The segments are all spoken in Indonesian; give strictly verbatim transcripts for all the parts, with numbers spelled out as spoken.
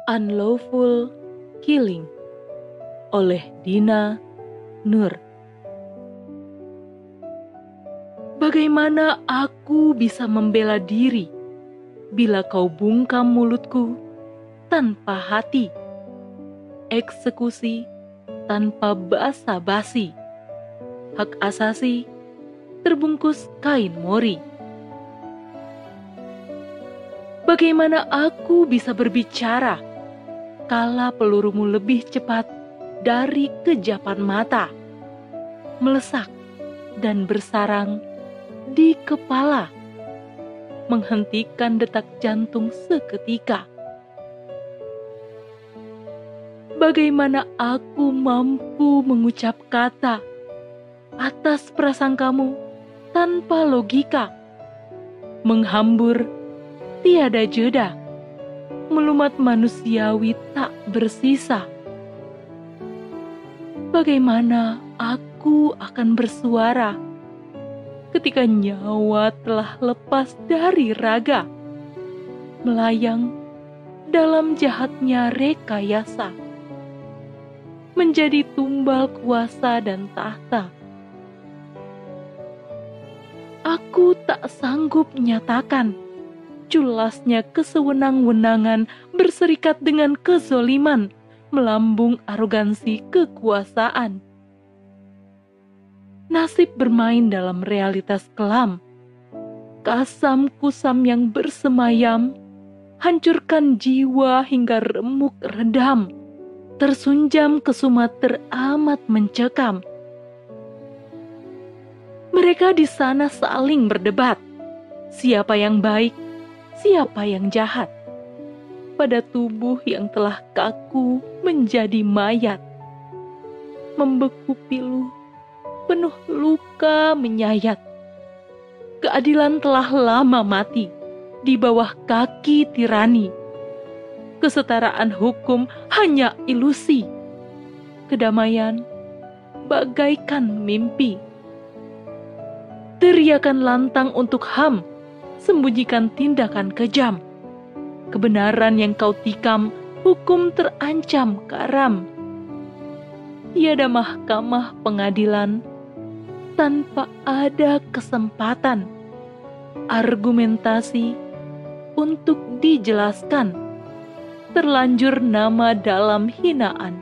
Unlawful Killing oleh Dina Nur. Bagaimana aku bisa membela diri bila kau bungkam mulutku tanpa hati, eksekusi tanpa basa-basi, hak asasi terbungkus kain mori. Bagaimana aku bisa berbicara kala pelurumu lebih cepat dari kejapan mata, melesak dan bersarang di kepala, menghentikan detak jantung seketika. Bagaimana aku mampu mengucap kata atas prasangkamu tanpa logika, menghambur tiada jeda, melumat manusiawi tak bersisa. Bagaimana aku akan bersuara ketika nyawa telah lepas dari raga, melayang dalam jahatnya rekayasa, menjadi tumbal kuasa dan tahta. Aku tak sanggup nyatakan culasnya kesewenang-wenangan berserikat dengan kezoliman, melambung arogansi kekuasaan. Nasib bermain dalam realitas kelam, kasam kusam yang bersemayam, hancurkan jiwa hingga remuk redam, tersunjam kesumat teramat mencekam. Mereka di sana saling berdebat, siapa yang baik, siapa yang jahat, pada tubuh yang telah kaku menjadi mayat, membeku pilu, penuh luka menyayat. Keadilan telah lama mati di bawah kaki tirani. Kesetaraan hukum hanya ilusi. Kedamaian bagaikan mimpi. Teriakan lantang untuk H A M, sembunyikan tindakan kejam. Kebenaran yang kau tikam, hukum terancam karam. Tiada mahkamah pengadilan tanpa ada kesempatan argumentasi untuk dijelaskan. Terlanjur nama dalam hinaan.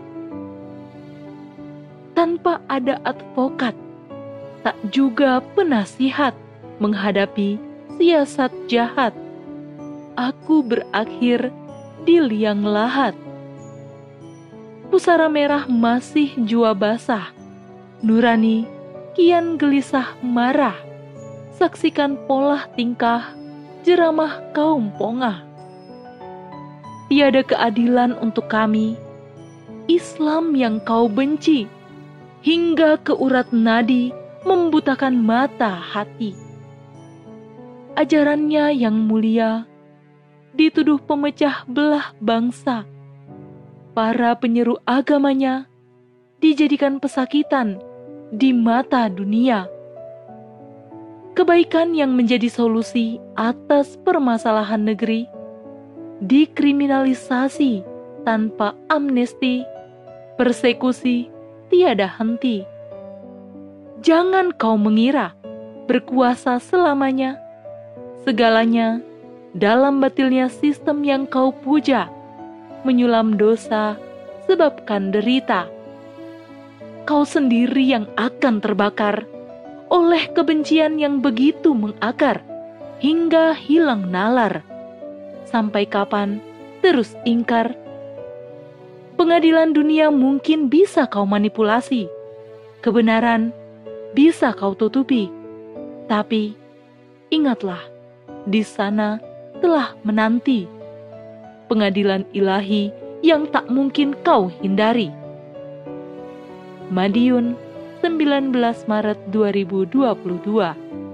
Tanpa ada advokat, tak juga penasihat menghadapi siasat jahat. Aku berakhir di liang lahat. Pusara merah masih jua basah, nurani kian gelisah marah. Saksikan pola tingkah jeramah kaum pongah. Tiada keadilan untuk kami, Islam yang kau benci, hingga ke urat nadi membutakan mata hati. Ajarannya yang mulia dituduh pemecah belah bangsa. Para penyeru agamanya dijadikan pesakitan di mata dunia. Kebaikan yang menjadi solusi atas permasalahan negeri dikriminalisasi tanpa amnesti, persekusi tiada henti. Jangan kau mengira berkuasa selamanya. Segalanya dalam batilnya sistem yang kau puja, menyulam dosa, sebabkan derita. Kau sendiri yang akan terbakar oleh kebencian yang begitu mengakar, hingga hilang nalar. Sampai kapan terus ingkar? Pengadilan dunia mungkin bisa kau manipulasi, kebenaran bisa kau tutupi. Tapi ingatlah, di sana telah menanti pengadilan ilahi yang tak mungkin kau hindari. Madiun, sembilan belas Maret dua ribu dua puluh dua.